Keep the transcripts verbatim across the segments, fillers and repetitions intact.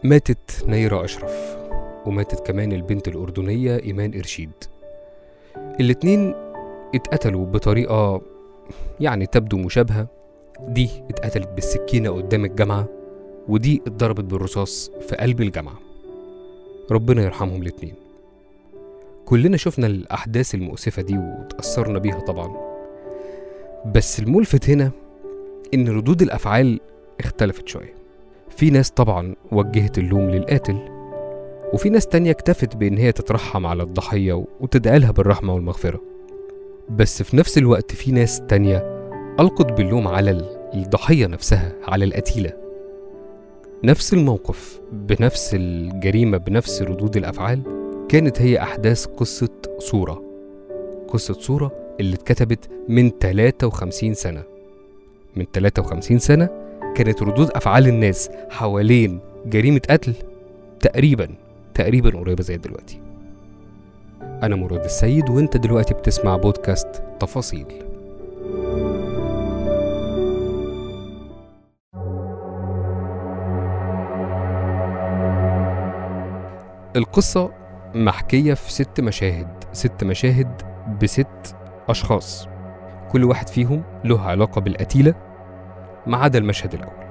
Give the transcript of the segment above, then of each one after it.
ماتت نيرة أشرف، وماتت كمان البنت الأردنية إيمان إرشيد. الاتنين اتقتلوا بطريقة يعني تبدو مشابهة. دي اتقتلت بالسكينة قدام الجامعة، ودي اتضربت بالرصاص في قلب الجامعة. ربنا يرحمهم الاتنين. كلنا شفنا الأحداث المؤسفة دي وتأثرنا بيها طبعا، بس الملفت هنا إن ردود الأفعال اختلفت شوية. في ناس طبعا وجهت اللوم للقاتل، وفي ناس تانية اكتفت بإن هي تترحم على الضحية وتدعي لها بالرحمة والمغفرة. بس في نفس الوقت في ناس تانية ألقت باللوم على الضحية نفسها، على القتيلة. نفس الموقف بنفس الجريمة بنفس ردود الأفعال كانت هي أحداث قصة صورة. قصة صورة اللي اتكتبت من ثلاثة وخمسين سنة. من ثلاثة وخمسين سنة كانت ردود أفعال الناس حوالين جريمة قتل تقريبا تقريبا قريبة زي دلوقتي. أنا مراد السيد، وانت دلوقتي بتسمع بودكاست تفاصيل. القصة محكية في ست مشاهد ست مشاهد بست أشخاص، كل واحد فيهم له علاقة بالقتيلة ما عدا المشهد الأول.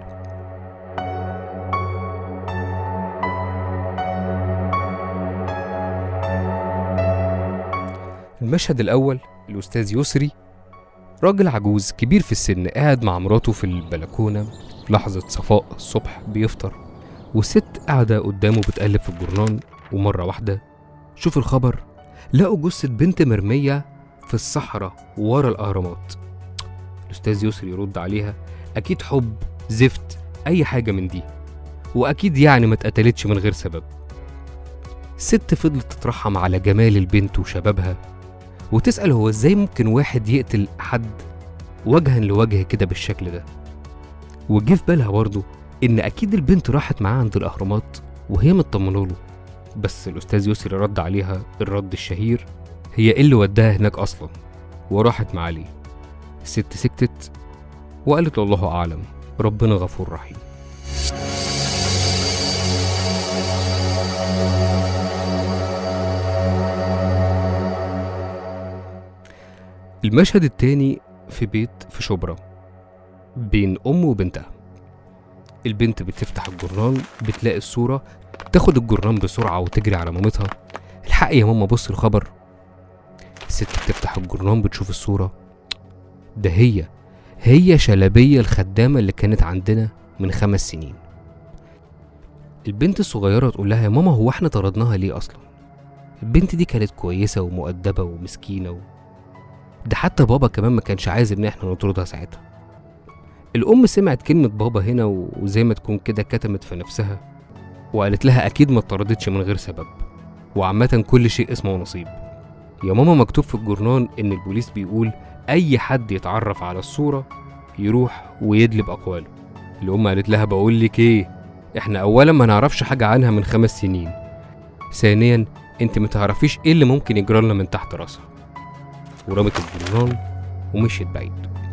المشهد الأول الأستاذ يسري، راجل عجوز كبير في السن، قاعد مع مراته في البلكونة في لحظة صفاء الصبح بيفطر، والست قاعدة قدامه بتقلب في الجرنان. ومرة واحدة شوف الخبر، لقوا جثة بنت مرمية في الصحراء ورا الأهرامات. الأستاذ يسري يرد عليها: أكيد حب، زفت، أي حاجة من دي، وأكيد يعني ما اتقتلتش من غير سبب. الست فضلت تترحم على جمال البنت وشبابها، وتسأل هو ازاي ممكن واحد يقتل حد وجها لوجه كده بالشكل ده. وجه في بالها برضه ان اكيد البنت راحت معاه عند الاهرامات وهي مطمنه له. بس الاستاذ يسري رد عليها الرد الشهير: هي ايه اللي وداها هناك اصلا وراحت معاه ليه؟ الست سكتت وقالت الله اعلم، ربنا غفور رحيم. المشهد التاني في بيت في شبرا بين أم وبنتها. البنت بتفتح الجرنان بتلاقي الصورة، تاخد الجرنان بسرعة وتجري على مامتها: الحق يا ماما بص الخبر. الست بتفتح الجرنان بتشوف الصورة، ده هي هي شلبية الخدامة اللي كانت عندنا من خمس سنين. البنت الصغيرة تقول لها: يا ماما هو احنا طردناها ليه أصلا؟ البنت دي كانت كويسة ومؤدبة ومسكينة و... ده حتى بابا كمان ما كانش عايز ان احنا نطردها ساعتها. الام سمعت كلمة بابا هنا وزي ما تكون كده كتمت في نفسها وقالت لها اكيد ما اتطردتش من غير سبب، وعامة كل شيء اسمه نصيب. يا ماما مكتوب في الجورنال ان البوليس بيقول اي حد يتعرف على الصورة يروح ويدلب اقواله. الام قالت لها: بقول لك ايه، احنا اولا ما نعرفش حاجة عنها من خمس سنين، ثانيا انت ما تعرفيش ايه اللي ممكن يجرى لنا من تحت راسها. ورمت الجرنان ومشيت بعيد.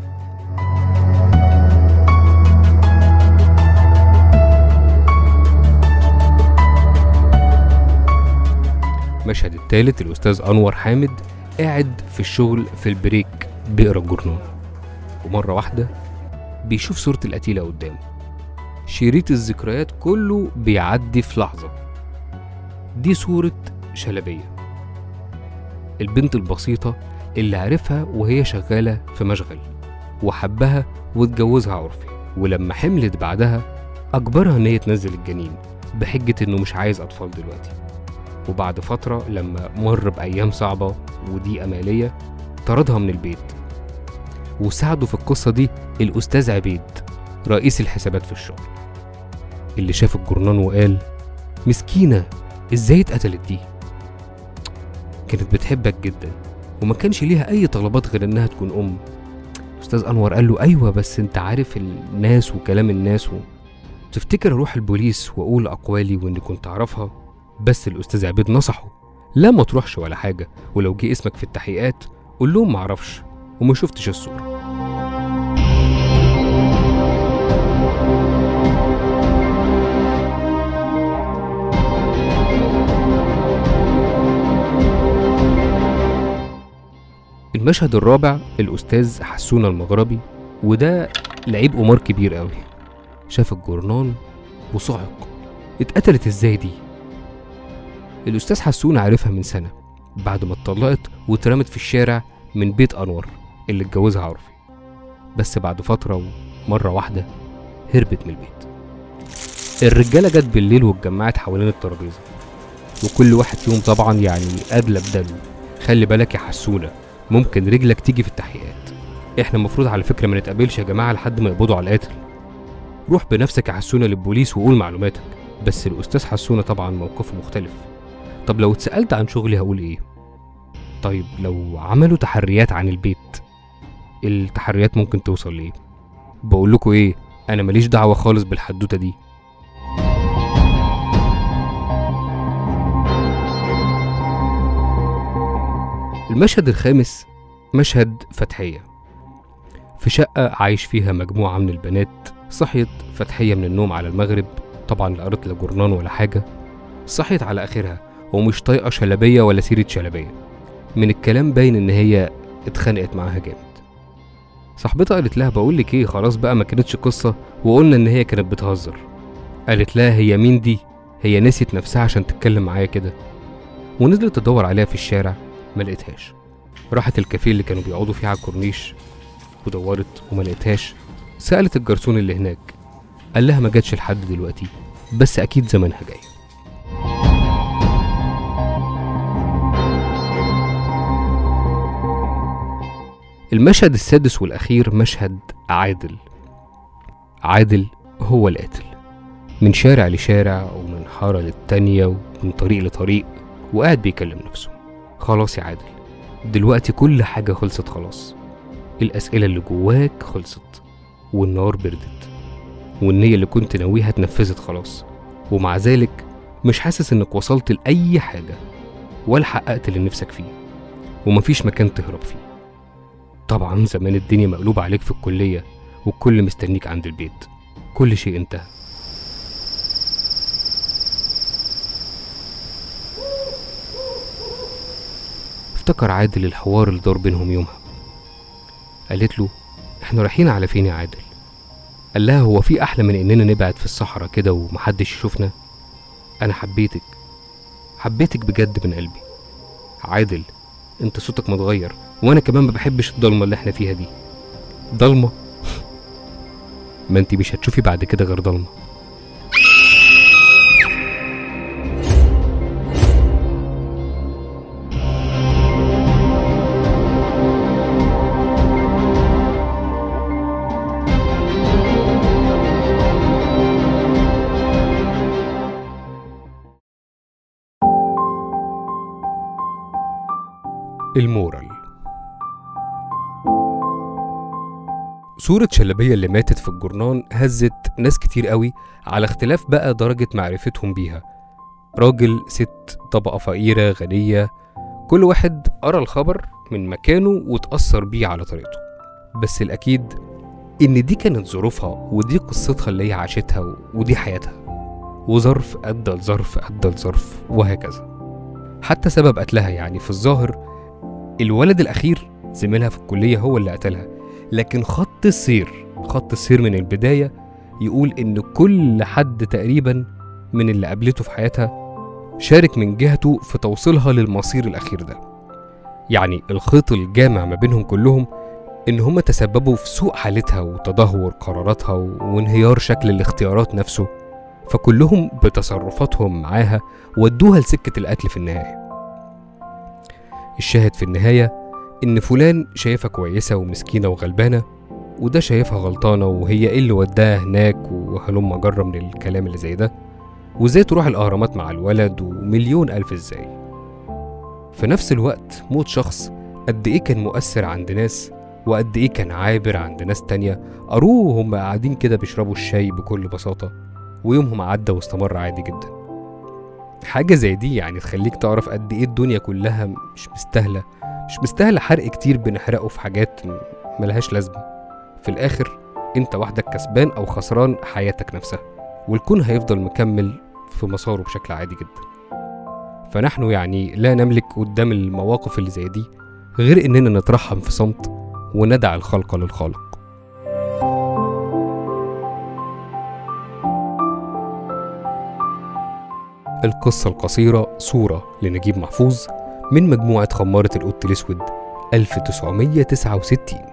المشهد الثالث الأستاذ أنور حامد قاعد في الشغل في البريك بيقرأ الجرنان، ومرة واحدة بيشوف صورة القتيلة قدامه. شريط الذكريات كله بيعدي في لحظة. دي صورة شلبية، البنت البسيطة اللي عرفها وهي شغالة في مشغل وحبها واتجوزها عرفي، ولما حملت بعدها أجبرها إن هي تنزل الجنين بحجة إنه مش عايز أطفال دلوقتي. وبعد فترة لما مر بأيام صعبة ودي أمالية طردها من البيت. وساعده في القصة دي الأستاذ عبيد رئيس الحسابات في الشغل، اللي شاف الجرنان وقال: مسكينة إزاي اتقتلت دي؟ كانت بتحبك جدا وما كانش ليها اي طلبات غير انها تكون ام. استاذ انور قال له: ايوه بس انت عارف الناس وكلام الناس و... تفتكر اروح البوليس واقول اقوالي واني كنت اعرفها؟ بس الاستاذ عبيد نصحه: لا ما تروحش ولا حاجه، ولو جه اسمك في التحقيقات قول لهم ما اعرفش وما شفتش الصوره. المشهد الرابع الأستاذ حسونة المغربي، وده لعيب قمار كبير قوي. شاف الجرنان وصعق، اتقتلت ازاي دي؟ الأستاذ حسونة عرفها من سنة بعد ما اتطلقت واترمت في الشارع من بيت أنور اللي اتجوزها عرفي، بس بعد فترة ومرة واحدة هربت من البيت. الرجالة جت بالليل واتجمعت حوالين الترابيزة، وكل واحد فيهم طبعا يعني أدلى بدلو. خلي بالك يا حسونة، ممكن رجلك تيجي في التحقيقات، احنا المفروض على فكرة ما نتقابلش يا جماعة لحد ما يقبضوا على القاتل. روح بنفسك يا حسونة للبوليس وقول معلوماتك. بس الأستاذ حسونة طبعا موقفه مختلف. طب لو اتسألت عن شغلي هقول ايه؟ طيب لو عملوا تحريات عن البيت، التحريات ممكن توصل ليه؟ بقول لكم ايه، انا ماليش دعوة خالص بالحدوتة دي. المشهد الخامس مشهد فتحية. في شقة عايش فيها مجموعة من البنات. صحيت فتحية من النوم على المغرب، طبعا لا قرت لا جرنان ولا حاجة، صحيت على آخرها ومش طايقة شلبية ولا سيرة شلبية. من الكلام باين إن هي اتخانقت معاها جامد. صاحبتها قالت لها بقولك ايه، خلاص بقى ما كانتش قصة وقلنا إن هي كانت بتهزر. قالت لها هي مين دي؟ هي نسيت نفسها عشان تتكلم معايا كده. ونزلت تدور عليها في الشارع ما لقيتهاش. راحت الكافيه اللي كانوا بيقعدوا فيه على الكورنيش ودورت وما لقيتهاش. سألت الجرسون اللي هناك، قال لها ما جاتش لحد دلوقتي، بس أكيد زمانها جاي. المشهد السادس والأخير مشهد عادل. عادل هو القاتل، من شارع لشارع ومن حارة للتانية ومن طريق لطريق، وقاعد بيكلم نفسه. خلاص يا عادل، دلوقتي كل حاجة خلصت خلاص. الأسئلة اللي جواك خلصت، والنار بردت، والنية اللي كنت ناويها اتنفذت خلاص. ومع ذلك مش حاسس انك وصلت لأي حاجة ولا حققت اللي نفسك فيه، ومفيش مكان تهرب فيه. طبعا زمان الدنيا مقلوبة عليك في الكلية والكل مستنيك عند البيت. كل شيء انتهى. افتكر عادل الحوار اللي دار بينهم يومها. قالت له احنا رايحين على فين يا عادل؟ قال لها هو في احلى من اننا نبعد في الصحراء كده ومحدش يشوفنا؟ انا حبيتك، حبيتك بجد من قلبي. عادل انت صوتك متغير، وانا كمان ما بحبش الضلمه اللي احنا فيها دي. ضلمه؟ ما انتي مش هتشوفي بعد كده غير ضلمه. المورال. صورة شلبية اللي ماتت في الجرنان هزت ناس كتير قوي على اختلاف بقى درجة معرفتهم بيها. راجل، ست، طبقة فقيرة، غنية، كل واحد قرأ الخبر من مكانه وتأثر بيه على طريقته. بس الأكيد إن دي كانت ظروفها ودي قصتها اللي هي عاشتها ودي حياتها، وظرف أدى لظرف أدى لظرف وهكذا. حتى سبب قتلها يعني في الظاهر الولد الأخير زميلها في الكلية هو اللي قتلها، لكن خط السير خط السير من البداية يقول إن كل حد تقريبا من اللي قابلته في حياتها شارك من جهته في توصيلها للمصير الأخير ده. يعني الخيط الجامع ما بينهم كلهم إن هم تسببوا في سوء حالتها وتدهور قراراتها وانهيار شكل الاختيارات نفسه، فكلهم بتصرفاتهم معاها ودوها لسكة القتل في النهاية. الشاهد في النهاية إن فلان شايفها كويسة ومسكينة وغلبانة، وده شايفها غلطانة وهي إيه اللي وداها هناك وهلم جرة من الكلام اللي زي ده، وإزاي تروح الأهرامات مع الولد ومليون ألف إزاي. في نفس الوقت موت شخص قد إيه كان مؤثر عند ناس وقد إيه كان عابر عند ناس تانية قروه هم قاعدين كده بيشربوا الشاي بكل بساطة، ويومهم عدى واستمر عادي جدا. حاجة زي دي يعني تخليك تعرف قد إيه الدنيا كلها مش مستاهلة مش مستاهلة حرق كتير بنحرقه في حاجات ملهاش لازمة. في الآخر أنت وحدك كسبان أو خسران حياتك نفسها، والكون هيفضل مكمل في مساره بشكل عادي جدا. فنحن يعني لا نملك قدام المواقف اللي زي دي غير إننا نترحم في صمت وندع الخلق للخالق. القصة القصيرة صورة لنجيب محفوظ من مجموعة خمارة القط الأسود ألف وتسعمية وتسعة وستين.